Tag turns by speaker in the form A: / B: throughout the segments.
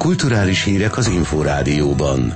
A: Kulturális hírek az Inforádióban.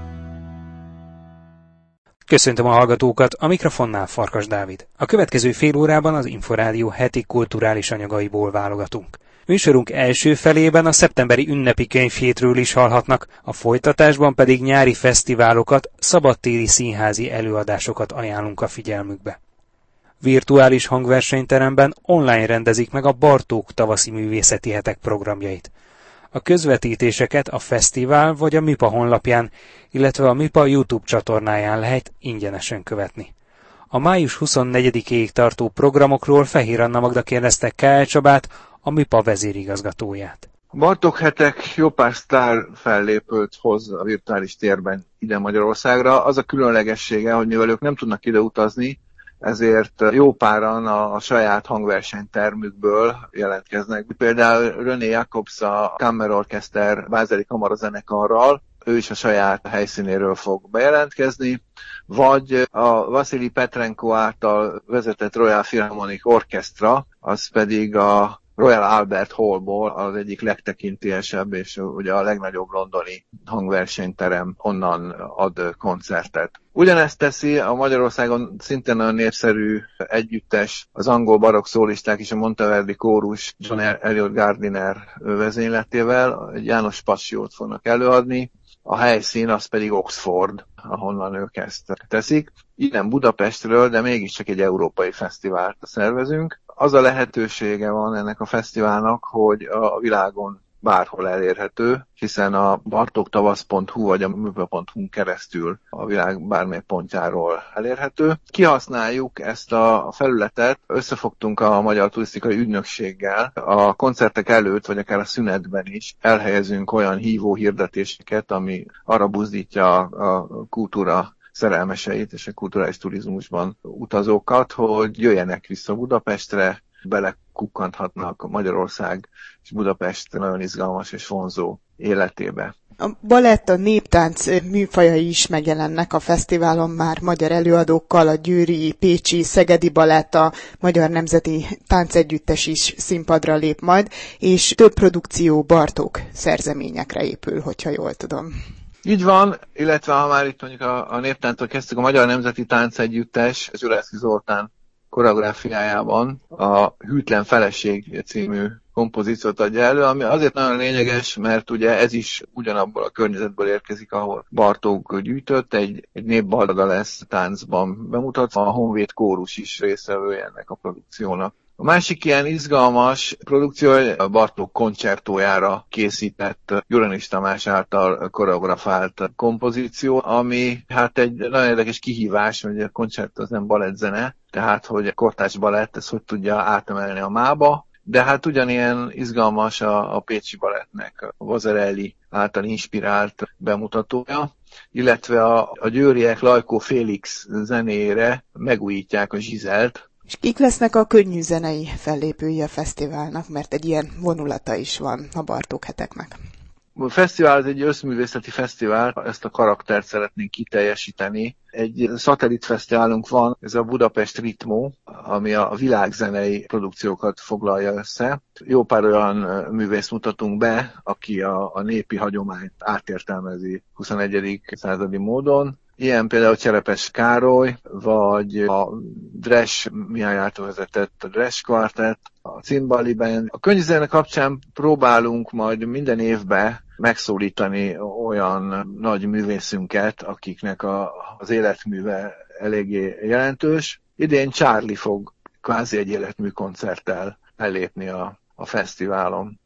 B: Köszöntöm a hallgatókat, a mikrofonnál Farkas Dávid. A következő fél órában az Inforádió heti kulturális anyagaiból válogatunk. Műsorunk első felében a szeptemberi ünnepi könyvhétről is hallhatnak, a folytatásban pedig nyári fesztiválokat, szabadtéri színházi előadásokat ajánlunk a figyelmükbe. Virtuális hangversenyteremben online rendezik meg a Bartók tavaszi művészeti hetek programjait. A közvetítéseket a fesztivál vagy a MIPA honlapján, illetve a MIPA YouTube csatornáján lehet ingyenesen követni. A május 24-ig tartó programokról Fehér Anna Magda kérdezte K.L. Csabát, a MIPA vezérigazgatóját.
C: A Bartók hetek jó pár sztár fellépőt hoz a virtuális térben ide Magyarországra. Az a különlegessége, hogy mivel ők nem tudnak ide utazni, ezért jó páran a saját hangversenytermükből jelentkeznek. Például René Jacobs a Kammerorchester Bázeli Kamarazenekarral, ő is a saját helyszínéről fog bejelentkezni, vagy a Vasili Petrenko által vezetett Royal Philharmonic Orchestra, az pedig a Royal Albert Hallból az egyik legtekintélyesebb és ugye a legnagyobb londoni hangversenyterem, onnan ad koncertet. Ugyanezt teszi a Magyarországon szintén nagyon népszerű együttes, az angol barokk szólisták és a Monteverdi kórus John Eliot Gardiner vezényletével, egy János Passiót fognak előadni, a helyszín az pedig Oxford, ahonnan ők ezt teszik. Innen Budapestről, de mégiscsak egy európai fesztivált szervezünk. Az a lehetősége van ennek a fesztiválnak, hogy a világon bárhol elérhető, hiszen a bartoktavasz.hu vagy a mipa.hu keresztül a világ bármely pontjáról elérhető. Kihasználjuk ezt a felületet, összefogtunk a Magyar Turisztikai Ügynökséggel, a koncertek előtt, vagy akár a szünetben is elhelyezünk olyan hívó hirdetéseket, ami arra buzdítja a kultúra szerelmeseit és a kulturális turizmusban utazókat, hogy jöjjenek vissza Budapestre, belekukkanthatnak Magyarország és Budapest nagyon izgalmas és vonzó életébe.
D: A balett, a néptánc műfajai is megjelennek a fesztiválon már magyar előadókkal, a győri, pécsi, szegedi balett, a Magyar Nemzeti Táncegyüttes is színpadra lép majd, és több produkció Bartók szerzeményekre épül, hogyha jól tudom.
C: Így van, illetve ha már itt mondjuk a néptánctól kezdtük, a Magyar Nemzeti Táncegyüttes Zsuleszki Zoltán koreográfiájában a Hűtlen Feleség című kompozíciót adja elő, ami azért nagyon lényeges, mert ugye ez is ugyanabból a környezetből érkezik, ahol Bartók gyűjtött, egy népballada lesz táncban bemutatva, a Honvéd kórus is résztvevője ennek a produkciónak. A másik ilyen izgalmas produkció a Bartók koncertójára készített Gyuranis Tamás által koreografált kompozíció, ami hát egy nagyon érdekes kihívás, hogy a koncert az nem balettzene, tehát hogy a kortárs balett ezt hogy tudja átemelni a mába, de hát ugyanilyen izgalmas a pécsi balettnek a Vazarelli által inspirált bemutatója, illetve a győriek Lajkó Félix zenéjére megújítják a Zsizelt.
D: És kik lesznek a könnyű zenei fellépői a fesztiválnak, mert egy ilyen vonulata is van a Bartók heteknek.
C: A fesztivál az egy összművészeti fesztivál, ezt a karaktert szeretnénk kiteljesíteni. Egy szatellitfesztiválunk van, ez a Budapest Ritmo, ami a világzenei produkciókat foglalja össze. Jó pár olyan művész mutatunk be, aki a népi hagyományt átértelmezi 21. századi módon. Ilyen például Cserepes Károly, vagy a Dres Mihály által vezetett Dres Quartet, a Cimbali Band. A könnyűzene kapcsán próbálunk majd minden évben megszólítani olyan nagy művészünket, akiknek az életműve eléggé jelentős. Idén Charlie fog kvázi egy életműkoncerttel ellépni a fesztiválon.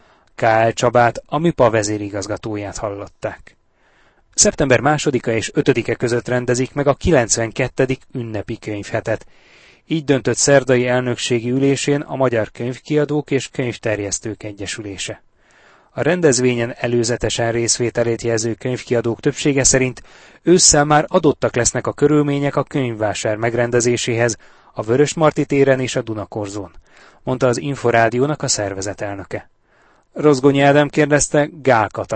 B: K.L. Csabát, a MIPA vezérigazgatóját hallották. Szeptember 2-a és 5-e között rendezik meg a 92. ünnepi könyvhetet. Így döntött szerdai elnökségi ülésén a Magyar Könyvkiadók és Könyvterjesztők Egyesülése. A rendezvényen előzetesen részvételét jelző könyvkiadók többsége szerint ősszel már adottak lesznek a körülmények a könyvvásár megrendezéséhez a Vörösmarty téren és a Dunakorzón, mondta az Inforádiónak a szervezet elnöke. Rozgonyi Ádám kérdezte Gál Katalint.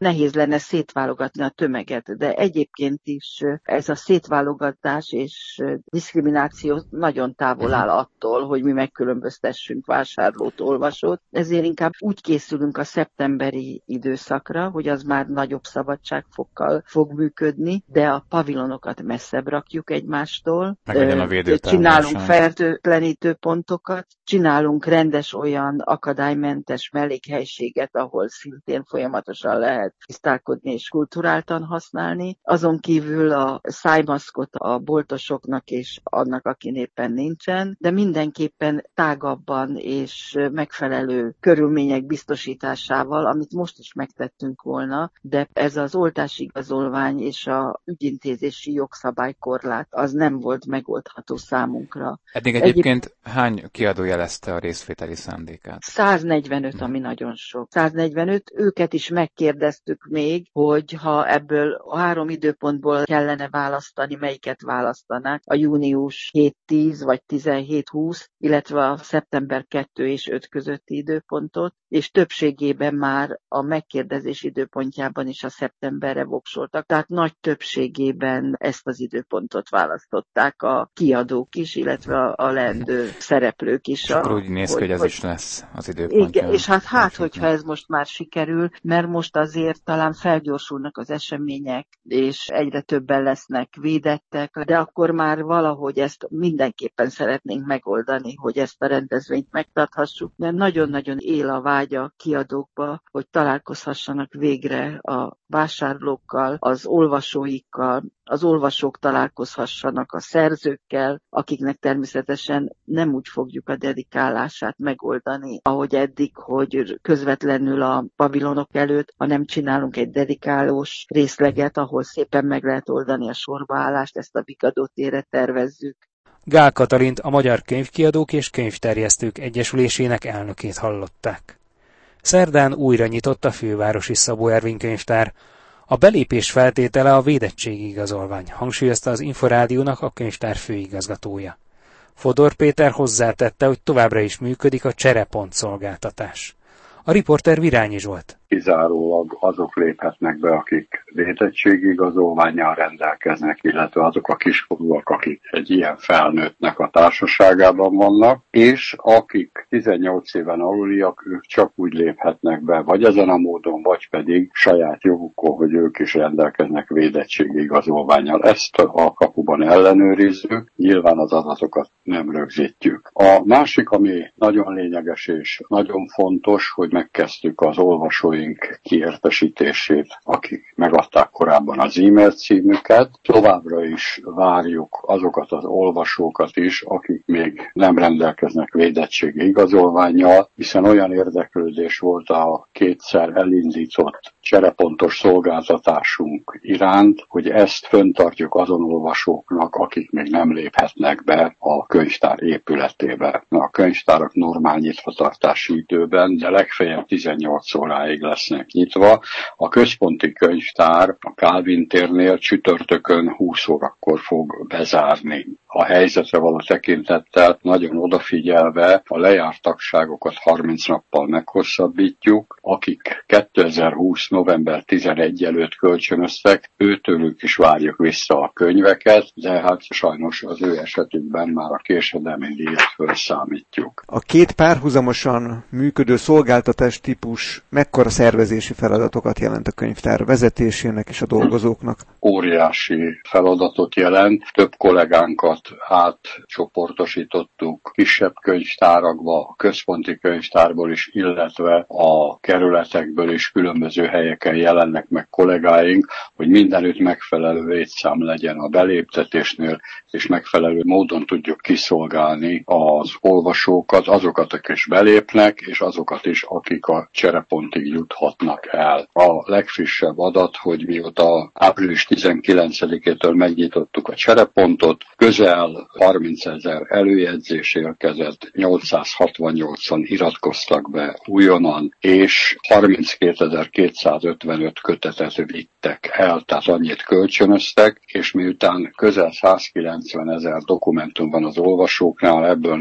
E: nehéz lenne szétválogatni a tömeget, de egyébként is ez a szétválogatás és diszkrimináció nagyon távol áll attól, hogy mi megkülönböztessünk vásárlót, olvasót. Ezért inkább úgy készülünk a szeptemberi időszakra, hogy az már nagyobb szabadságfokkal fog működni, de a pavilonokat messzebb rakjuk egymástól. Csinálunk fertőtlenítő pontokat, csinálunk rendes olyan akadálymentes mellékhelységet, ahol szintén folyamatosan lehet tisztálkodni és kulturáltan használni. Azon kívül a szájmaszkot a boltosoknak és annak, aki éppen nincsen, de mindenképpen tágabban és megfelelő körülmények biztosításával, amit most is megtettünk volna, de ez az oltásigazolvány és a ügyintézési jogszabálykorlát az nem volt megoldható számunkra.
F: Eddig egyébként hány kiadó jelezte a részvételi szándékát?
E: 145, ami nagyon sok. 145, őket is megkérdeztük még, hogy ha ebből a 3 időpontból kellene választani, melyiket választanák, a június 7-10 vagy 17-20, illetve a szeptember 2 és 5 közötti időpontot, és többségében már a megkérdezés időpontjában is a szeptemberre voksoltak, tehát nagy többségében ezt az időpontot választották a kiadók is, illetve a leendő szereplők is.
F: És akkor úgy néz ki, hogy ez is lesz az időpontja.
E: Igen, és hogyha ez most már sikerül, mert most azért talán felgyorsulnak az események, és egyre többen lesznek védettek, de akkor már valahogy ezt mindenképpen szeretnénk megoldani, hogy ezt a rendezvényt megtarthassuk, mert nagyon-nagyon él a vágy a kiadókba, hogy találkozhassanak végre a vásárlókkal, az olvasóikkal, az olvasók találkozhassanak a szerzőkkel, akiknek természetesen nem úgy fogjuk a dedikálását megoldani, ahogy eddig, hogy közvetlenül a pavilonok előtt, hanem csinálunk egy dedikálós részleget, ahol szépen meg lehet oldani a sorbaállást, ezt a Vigadó térre tervezzük.
B: Gál Katalint, a Magyar Könyvkiadók és Könyvterjesztők Egyesülésének elnökét hallották. Szerdán újra nyitott a fővárosi Szabó Ervin könyvtár. A belépés feltétele a védettségi igazolvány, hangsúlyozta az Inforádiónak a könyvtár főigazgatója. Fodor Péter hozzátette, hogy továbbra is működik a cserepont szolgáltatás. A riporter Virányi Zsolt.
G: Kizárólag azok léphetnek be, akik védettségi igazolvánnyal rendelkeznek, illetve azok a kiskorúak, akik egy ilyen felnőttnek a társaságában vannak, és akik 18 éven aluliak, ők csak úgy léphetnek be, vagy ezen a módon, vagy pedig saját jogukon, hogy ők is rendelkeznek védettségi igazolvánnyal. Ezt a kapuban ellenőrizzük, nyilván az adatokat nem rögzítjük. A másik, ami nagyon lényeges és nagyon fontos, hogy megkezdtük az olvasói kiértesítését, akik megadták korábban az e-mail címüket. Továbbra is várjuk azokat az olvasókat is, akik még nem rendelkeznek védettségi igazolvánnyal, hiszen olyan érdeklődés volt a kétszer elindított cserepontos szolgáltatásunk iránt, hogy ezt fenntartjuk azon olvasóknak, akik még nem léphetnek be a könyvtár épületébe. A könyvtárak normál nyitvatartási időben, de legfeljebb 18 óráig lesznek nyitva. A központi könyvtár a Kálvin térnél csütörtökön 20 órakor fog bezárni. A helyzetre való tekintettel nagyon odafigyelve a lejárt tagságokat 30 nappal meghosszabbítjuk, akik 2020. november 11 előtt kölcsönöztek, őtőlük is várjuk vissza a könyveket, de hát sajnos az ő esetükben már a késedelmi díjat felszámítjuk.
H: A két párhuzamosan működő szolgáltatás típus mekkora szervezési feladatokat jelent a könyvtár vezetésének és a dolgozóknak?
G: Óriási feladatot jelent. Több kollégánkat átcsoportosítottuk kisebb könyvtárakba, a központi könyvtárból is, illetve a kerületekből is különböző helyeken jelennek meg kollégáink, hogy mindenütt megfelelő létszám legyen a beléptetésnél, és megfelelő módon tudjuk kiszolgálni az olvasókat, azokat, akik is belépnek, és azokat is, akik a cserepontig juthatnak el. A legfrissebb adat, hogy mióta április 19-től megnyitottuk a cserepontot, közel 30 000 előjegyzés érkezett, 868-an iratkoztak be újonnan, és 32 255 kötetet vittek el, tehát annyit kölcsönöztek, és miután közel 190 000 dokumentum van az olvasóknál, ebből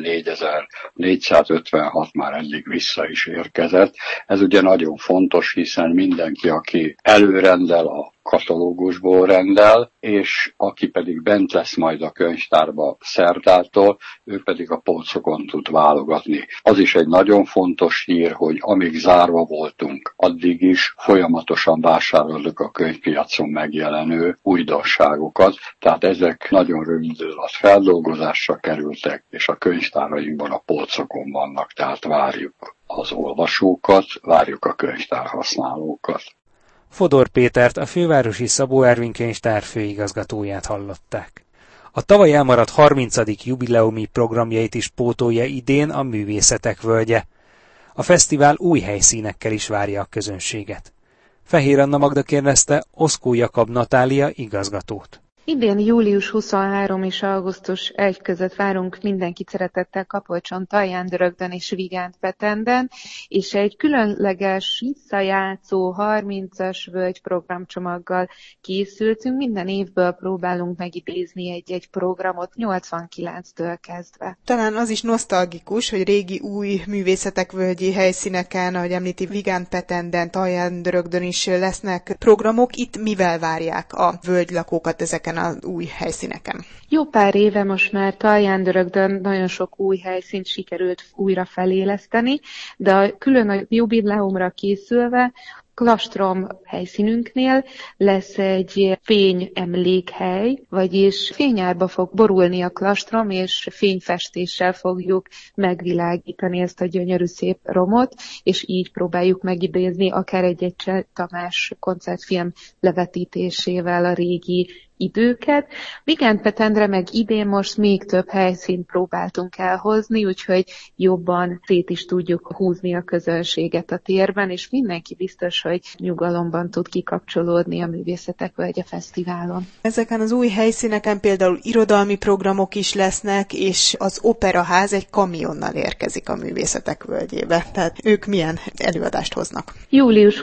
G: 44.456 már eddig vissza is érkezett. Ez ugye nagyon fontos, hiszen mindenki, aki előrendel, a katalógusból rendel, és aki pedig bent lesz majd a könyvtárba szerdától, ő pedig a polcokon tud válogatni. Az is egy nagyon fontos hír, hogy amíg zárva voltunk, addig is folyamatosan vásároljuk a könyvpiacon megjelenő újdonságokat, tehát ezek nagyon rövid idő alatt feldolgozásra kerültek, és a könyvtárainkban a polcokon vannak, tehát várjuk az olvasókat, várjuk a könyvtárhasználókat.
B: Fodor Pétert, a fővárosi Szabó Ervin könyvtár főigazgatóját hallották. A tavaly elmaradt 30. jubileumi programjait is pótolja idén a Művészetek Völgye. A fesztivál új helyszínekkel is várja a közönséget. Fehér Anna Magda kérdezte Oszkó Jakab Natália igazgatót.
I: Idén július 23 és augusztus 1 között várunk mindenkit szeretettel Kapolcson, Talján-Dörögdön és Vigánt-Petenden, és egy különleges visszajátszó 30-as völgy programcsomaggal készültünk. Minden évből próbálunk megidézni egy programot 89-től kezdve.
D: Talán az is nosztalgikus, hogy régi új művészetek völgyi helyszíneken, ahogy említi, Vigánt-Petenden, Talján-Dörögdön is lesznek programok. Itt mivel várják a völgylakókat ezeken az új helyszíneken?
I: Jó pár éve most már Talján-Dörögdön nagyon sok új helyszínt sikerült újra feléleszteni, de külön a jubileumra készülve Klastrom helyszínünknél lesz egy fényemlékhely, vagyis fényárba fog borulni a klastrom, és fényfestéssel fogjuk megvilágítani ezt a gyönyörű szép romot, és így próbáljuk megidézni akár egy Cseh Tamás koncertfilm levetítésével a régi időket. Vigánt-Petendre meg idén most még több helyszínt próbáltunk elhozni, úgyhogy jobban szét is tudjuk húzni a közönséget a térben, és mindenki biztos, hogy nyugalomban tud kikapcsolódni a Művészetek Völgye Fesztiválon.
D: Ezeken az új helyszíneken például irodalmi programok is lesznek, és az Operaház egy kamionnal érkezik a Művészetek Völgyébe. Tehát ők milyen előadást hoznak?
I: Július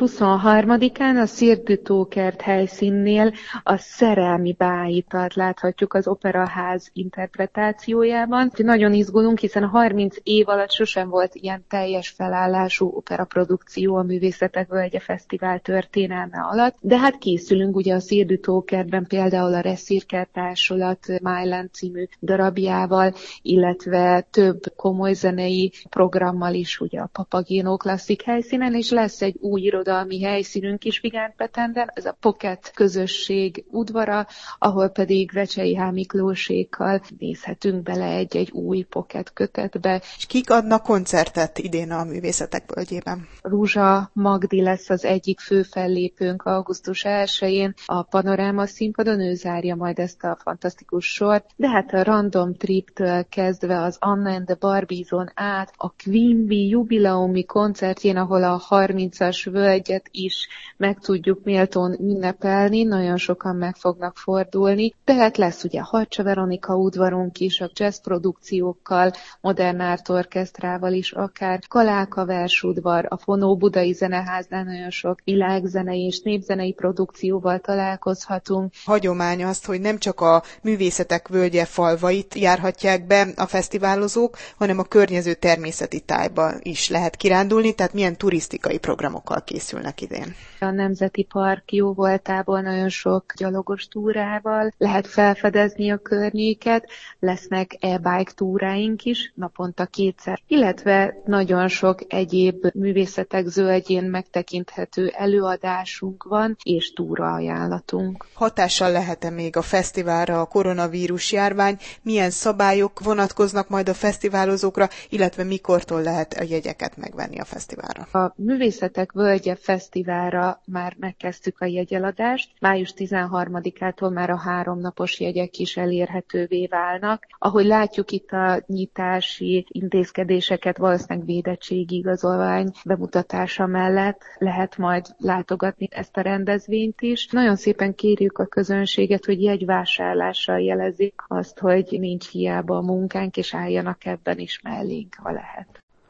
I: 23-án a Szirdütókert helyszínnél a szerelmi bájitat láthatjuk az Operaház interpretációjában. Nagyon izgulunk, hiszen a 30 év alatt sosem volt ilyen teljes felállású operaprodukció a Művészetek Völgye Fesztivál történelme alatt, de hát készülünk ugye a Szirdütókertben például a Reszirker Társulat Májlán című darabjával, illetve több komoly zenei programmal is ugye a Papagéno klasszik helyszínen, és lesz egy új irodalmi helyszínünk is Vigánt-Petenden, ez a Pocket közösség udvara, ahol pedig Vecsei H. Miklósékkal nézhetünk bele egy új Pocket kötetbe.
D: És kik adnak koncertet idén a Művészetek Völgyében?
I: Rúzsa Magdi lesz az egyik fő fellépőnk augusztus 1-én a Panoráma színpadon, ő zárja majd ezt a fantasztikus sort, de hát a Random Trip-től kezdve az Anna and the Barbie-on át a Quimby jubileumi koncertjén, ahol a 30-as völgyet is meg tudjuk méltón ünnepelni, nagyon sokan meg fognak fordulni, tehát lesz ugye Harcsa Veronika udvarunk is, a jazz produkciókkal, Modern Art Orchestrával is, akár Kaláka versudvar, a Fonó Budai Zeneháznál nagyon sok világzenei és népzenei produkcióval találkozhatunk.
D: Hagyomány azt, hogy nem csak a Művészetek Völgye falvait járhatják be a fesztiválozók, hanem a környező természeti tájba is lehet kirándulni, tehát milyen turisztikai programokkal készülnek idén.
I: A Nemzeti Park jóvoltából nagyon sok gyalogos túrával lehet felfedezni a környéket, lesznek e-bike túráink is, naponta 2-szer, illetve nagyon sok egyéb művészetek zöldjén megtekinthető előadásunk van, és túraajánlatunk.
D: Hatással lehet-e még a fesztiválra a koronavírus járvány? Milyen szabályok vonatkoznak majd a fesztiválozókra, illetve mikortól lehet a jegyeket megvenni a fesztiválra?
I: A Művészetek Völgye Fesztiválra már megkezdtük a jegyeladást. Május 13-ától már a 3 napos jegyek is elérhetővé válnak. Ahogy látjuk itt a nyitási intézkedéseket, valószínűleg védettségi igazolvány bemutatása mellett lehet majd látogatni ezt a rendezvényt is. Nagyon szépen kérjük a közönséget, hogy jegyvásárlással jelezik azt, hogy nincs hiába a munkánk, és álljanak ebben is mellénk, ha lehet.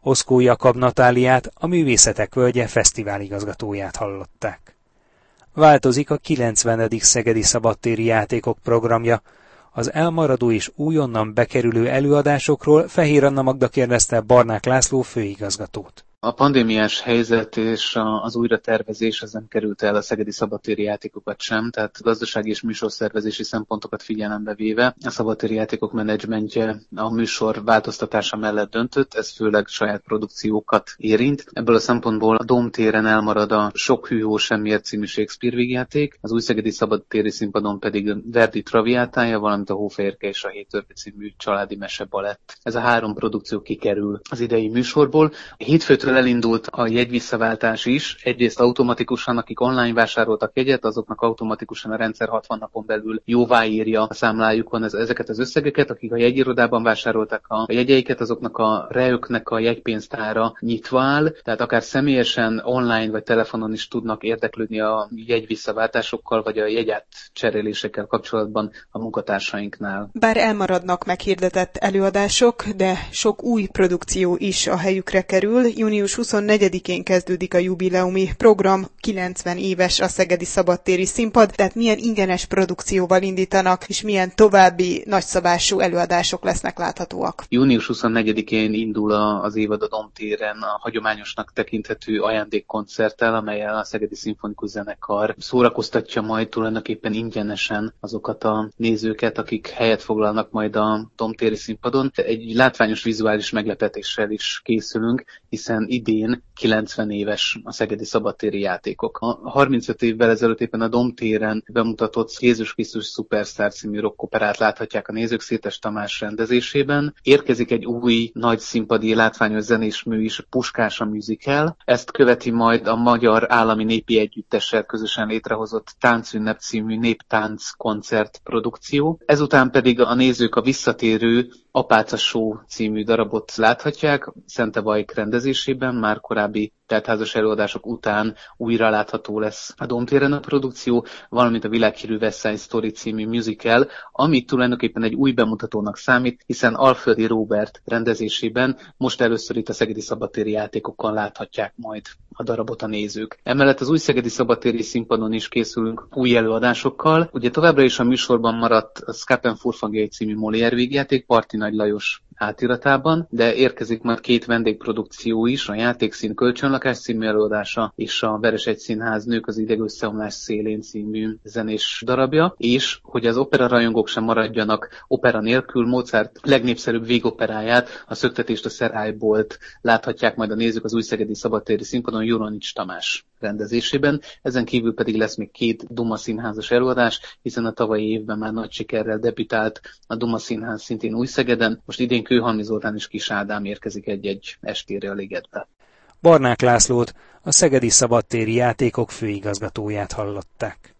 B: Oszkó Jakab Natáliát, a Művészetek Völgye fesztiváligazgatóját hallották. Változik a 90. Szegedi Szabadtéri Játékok programja. Az elmaradó és újonnan bekerülő előadásokról Fehér Anna Magda kérdezte Barnák László főigazgatót.
J: A pandémiás helyzet és az újratervezés az nem került el a szegedi szabadtéri játékokat sem, tehát gazdasági és műsorszervezési szempontokat figyelembe véve a szabadtéri játékok menedzsmentje a műsor változtatása mellett döntött, ez főleg saját produkciókat érint. Ebből a szempontból a Dóm téren elmarad a Sok hűhó semmiért című Shakespeare vígjáték, az új szegedi szabadtéri színpadon pedig Verdi Traviátája, valamint a Hófehérke és a Hétörpi című családi mesebalett. Ez a 3 produkció kikerül az idei műsorból. Hétfőtől elindult a jegyvisszaváltás is. Egyrészt automatikusan, akik online vásároltak jegyet, azoknak automatikusan a rendszer 60 napon belül jóváírja a számlájukon ezeket az összegeket, akik a jegyirodában vásárolták a jegyeiket, azoknak a reöknek a jegypénztára nyitva áll, tehát akár személyesen, online vagy telefonon is tudnak érdeklődni a jegyvisszaváltásokkal vagy a jegyátcserélésekkel kapcsolatban a munkatársainknál.
D: Bár elmaradnak meghirdetett előadások, de sok új produkció is a helyükre kerül. Június 24-én kezdődik a jubileumi program, 90 éves a szegedi szabadtéri színpad, tehát milyen ingyenes produkcióval indítanak, és milyen további nagyszabású előadások lesznek láthatóak.
J: Június 24-én indul az évad a Dóm téren a hagyományosnak tekinthető ajándékkoncerttel, amellyel a Szegedi Szimfonikus Zenekar szórakoztatja majd tulajdonképpen ingyenesen azokat a nézőket, akik helyet foglalnak majd a Dóm téri színpadon. Egy látványos vizuális meglepetéssel is készülünk, hiszen idén 90 éves a szegedi szabadtéri játékok. A 35 évvel ezelőtt éppen a Dóm téren bemutatott Jézus Krisztus Superstar című rockoperát láthatják a nézők Szétes Tamás rendezésében. Érkezik egy új nagy színpadi látványos zenés mű is, Puskás a musical. Ezt követi majd a Magyar Állami Népi Együttessel közösen létrehozott Táncünnep című néptánc koncert produkció. Ezután pedig a nézők a visszatérő Apáca Show című darabot láthatják, Szente Vajk rendezésében, már korábbi teltházas előadások után újra látható lesz a Dóm téren a produkció, valamint a világhírű West Side Story című musical, ami tulajdonképpen egy új bemutatónak számít, hiszen Alföldi Róbert rendezésében most először itt a szegedi szabadtéri játékokon láthatják majd a darabot a nézők. Emellett az új szegedi szabadtéri színpadon is készülünk új előadásokkal. Ugye továbbra is a műsorban maradt a Skapen Furfangjai című Molière vígjáték Parti Nagy Lajos átiratában, de érkezik majd 2 vendégprodukció is, a Játékszín Kölcsönlakás című előadása és a Veresegy Színház Nők az idegösszeomlás szélén című zenés darabja, és hogy az opera rajongók sem maradjanak opera nélkül, Mozart legnépszerűbb végoperáját, a Szöktetést a Szerálybolt láthatják majd a nézők az új szegedi szabadtéri színpadon Juronics Tamás rendezésében. Ezen kívül pedig lesz még 2 Duma színházas előadás, hiszen a tavalyi évben már nagy sikerrel debütált a Duma Színház szintén Újszegeden. Most idén Kőhalmi Zoltán és Kis Ádám érkezik egy estére a Ligetbe.
B: Barnák Lászlót, a Szegedi Szabadtéri Játékok főigazgatóját hallották.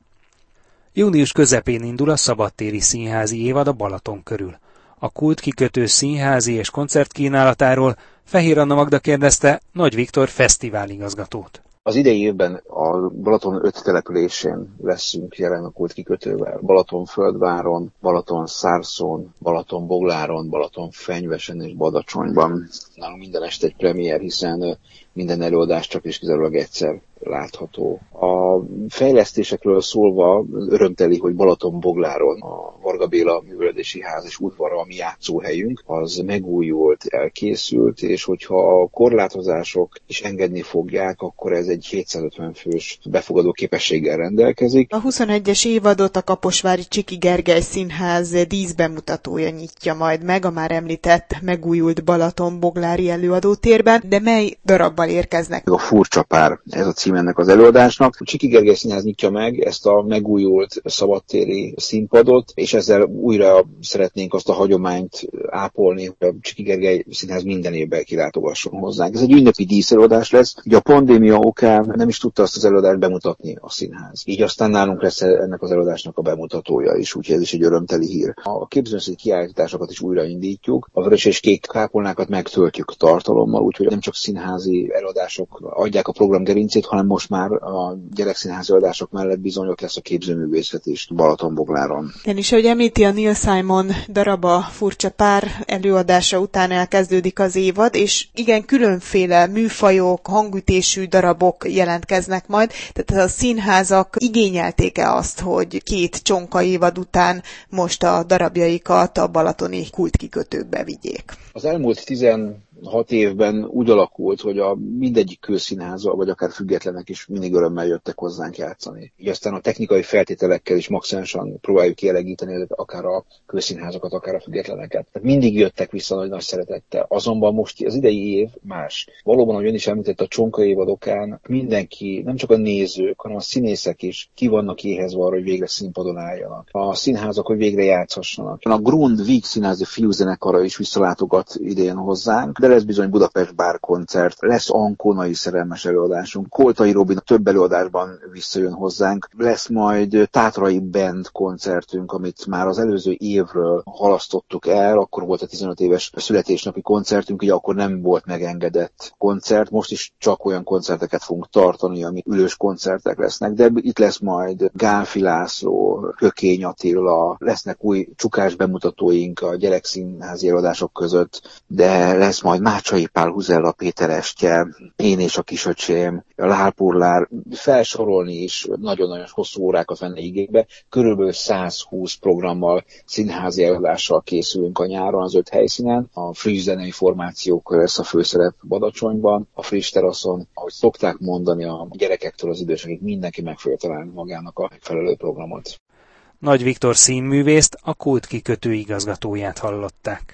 B: Június közepén indul a szabadtéri színházi évad a Balaton körül. A kultkikötő színházi és koncertkínálatáról Fehér Anna Magda kérdezte Nagy Viktor fesztiváligazgatót.
K: Az idei évben a Balaton 5 településén leszünk jelen a kultkikötővel. Balatonföldváron, Balatonszárszón, Balatonbogláron, Balatonfenyvesen és Badacsonyban. Nálunk minden este egy premier, hiszen minden előadás csak és kizárólag egyszer látható. A fejlesztésekről szólva örömteli, hogy Balatonbogláron a Varga Béla Művelődési Ház és udvara, ami játszóhelyünk, az megújult, elkészült, és hogyha a korlátozások is engedni fogják, akkor ez egy 750 fős befogadó képességgel rendelkezik.
D: A 21-es évadot a Kaposvári Csiki Gergely Színház díszbemutatója nyitja majd meg a már említett megújult Balatonboglári előadótérben, de mely darabbal érkeznek?
K: A Furcsa pár, ez a cím ennek az előadásnak. A Csiki Gergely Színház nyitja meg ezt a megújult szabadtéri színpadot, és ezzel újra szeretnénk azt a hagyományt ápolni, hogy a Csiki Gergely Színház minden évben kilátogasson hozzánk. Ez egy ünnepi díszelőadás lesz. Ugye a pandémia okán nem is tudta azt az előadást bemutatni a színház. Így aztán nálunk lesz ennek az előadásnak a bemutatója is, úgyhogy ez is egy örömteli hír. A képzőművészeti kiállításokat is újraindítjuk. A vörös és kék kápolnákat megtöltjük tartalommal, úgyhogy nem csak színházi előadások adják a program gerincét, hanem most már a gyerekszínházi előadások mellett bizony ott lesz a képzőművészet is Balatonbogláron.
D: És ahogy említi a Nils Simon daraba Furcsa pár előadása után elkezdődik az évad, és igen, különféle műfajok, hangütésű darabok jelentkeznek majd, tehát a színházak igényelték-e azt, hogy 2 csonka évad után most a darabjaikat a balatoni kultkikötőkbe vigyék?
K: Az elmúlt 16 évben úgy alakult, hogy a mindegyik kőszínháza, vagy akár függetlenek is mindig örömmel jöttek hozzánk játszani. Így aztán a technikai feltételekkel is maximálisan próbáljuk kielegíteni akár a kőszínházakat, akár a függetleneket. Tehát mindig jöttek vissza nagy szeretettel. Azonban most az idei év más. Valóban, ahogy ön is említett, a csonka évadokán mindenki, nem csak a nézők, hanem a színészek is ki vannak éhezve arra, hogy végre színpadon álljanak. A színházak, hogy végre játszhassanak. A Grund Víg színházi fiúzenekara is visszalátogat idén hozzánk, de lesz bizony Budapest bárkoncert, lesz Ankonai szerelmes előadásunk, Koltai Robin több előadásban visszajön hozzánk, lesz majd Tátrai Band koncertünk, amit már az előző évről halasztottuk el, akkor volt a 15 éves születésnapi koncertünk, így akkor nem volt megengedett koncert, most is csak olyan koncerteket fogunk tartani, amik ülős koncertek lesznek, de itt lesz majd Gálfi László, Kökény Attila, lesznek új csukás bemutatóink a gyerekszínházi előadások között, de lesz majd Mácsai Pál, Huzella Péter Estje, Én és a kisöcsém, a Lálpurlár, felsorolni is nagyon-nagyon hosszú órákat venne igénybe. Körülbelül 120 programmal, színházi előadással készülünk a nyáron az 5 helyszínen. A friss zenei formációkkal lesz a főszerep Badacsonyban, a friss teraszon, ahogy szokták mondani, a gyerekektől az idősekig mindenki meg fogja találni magának a megfelelő programot.
B: Nagy Viktor színművészt, a Kult kikötő igazgatóját hallották.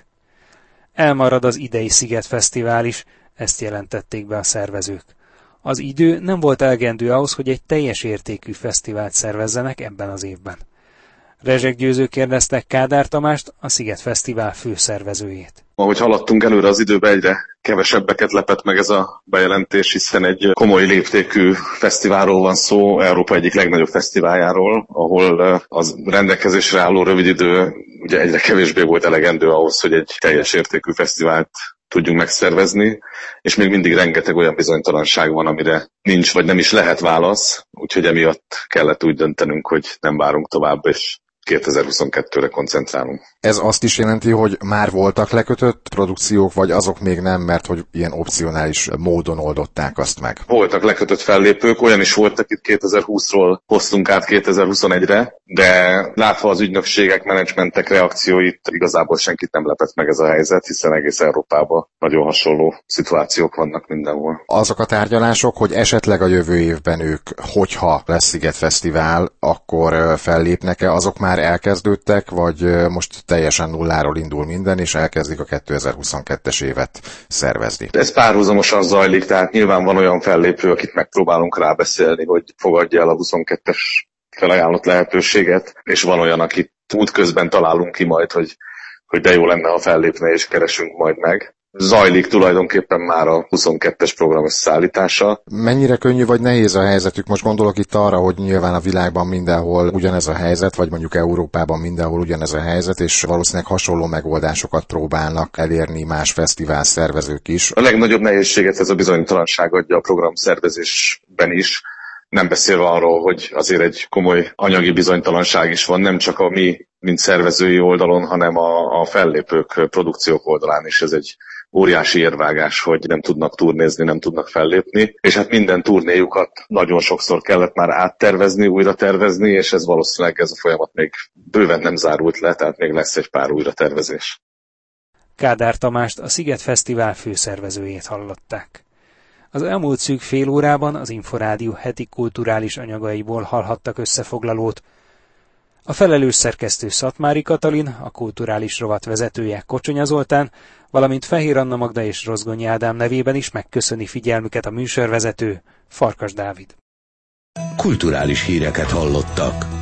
B: Elmarad az idei Sziget Fesztivál is, ezt jelentették be a szervezők. Az idő nem volt elegendő ahhoz, hogy egy teljes értékű fesztivált szervezzenek ebben az évben. Rezsek Győző kérdezte Kádár Tamást, a Sziget Fesztivál főszervezőjét.
L: Ahogy haladtunk előre az időbe, egyre kevesebbeket lepett meg ez a bejelentés, hiszen egy komoly léptékű fesztiválról van szó, Európa egyik legnagyobb fesztiváljáról, ahol az rendelkezésre álló rövid idő ugye egyre kevésbé volt elegendő ahhoz, hogy egy teljes értékű fesztivált tudjunk megszervezni, és még mindig rengeteg olyan bizonytalanság van, amire nincs vagy nem is lehet válasz, úgyhogy emiatt kellett úgy döntenünk, hogy nem várunk tovább, és 2022-re koncentrálunk.
M: Ez azt is jelenti, hogy már voltak lekötött produkciók, vagy azok még nem, mert hogy ilyen opcionális módon oldották azt meg?
L: Voltak lekötött fellépők, olyan is voltak, itt 2020-ról hoztunk át 2021-re, de látva az ügynökségek, menedzsmentek reakcióit, igazából senkit nem lepett meg ez a helyzet, hiszen egész Európában nagyon hasonló szituációk vannak mindenhol.
M: Azok a tárgyalások, hogy esetleg a jövő évben ők, hogyha lesz Sziget Fesztivál, akkor fellépnek-e, azok már elkezdődtek, vagy most teljesen nulláról indul minden, és elkezdik a 2022-es évet szervezni?
L: Ez párhuzamosan zajlik, tehát nyilván van olyan fellépő, akit megpróbálunk rábeszélni, hogy fogadja el a 22-es felajánlott lehetőséget, és van olyan, akit útközben találunk ki majd, hogy de jó lenne, ha fellépne, és keresünk majd meg. Zajlik tulajdonképpen már a 22-es program összeállítása.
M: Mennyire könnyű vagy nehéz a helyzetük? Most gondolok itt arra, hogy nyilván a világban mindenhol ugyanez a helyzet, vagy mondjuk Európában mindenhol ugyanez a helyzet, és valószínűleg hasonló megoldásokat próbálnak elérni más fesztivál szervezők is.
L: A legnagyobb nehézséget ez a bizonytalanság adja a program szervezésben is, nem beszélve arról, hogy azért egy komoly anyagi bizonytalanság is van, nem csak a mi, mint szervezői oldalon, hanem a fellépők produkciók oldalán is. Ez egy óriási érvágás, hogy nem tudnak turnézni, nem tudnak fellépni, és hát minden turnéjukat nagyon sokszor kellett már áttervezni, újra tervezni, és ez valószínűleg ez a folyamat még bőven nem zárult le, tehát még lesz egy pár újra tervezés.
B: Kádár Tamást, a Sziget Fesztivál főszervezőjét hallották. Az elmúlt szűk fél órában az Inforádió heti kulturális anyagaiból hallhattak összefoglalót. A felelős szerkesztő Szatmári Katalin, a kulturális rovat vezetője Kocsonya Zoltán, valamint Fehér Anna Magda és Rozgonyi Ádám nevében is megköszöni figyelmüket a műsorvezető, Farkas Dávid.
A: Kulturális híreket hallottak.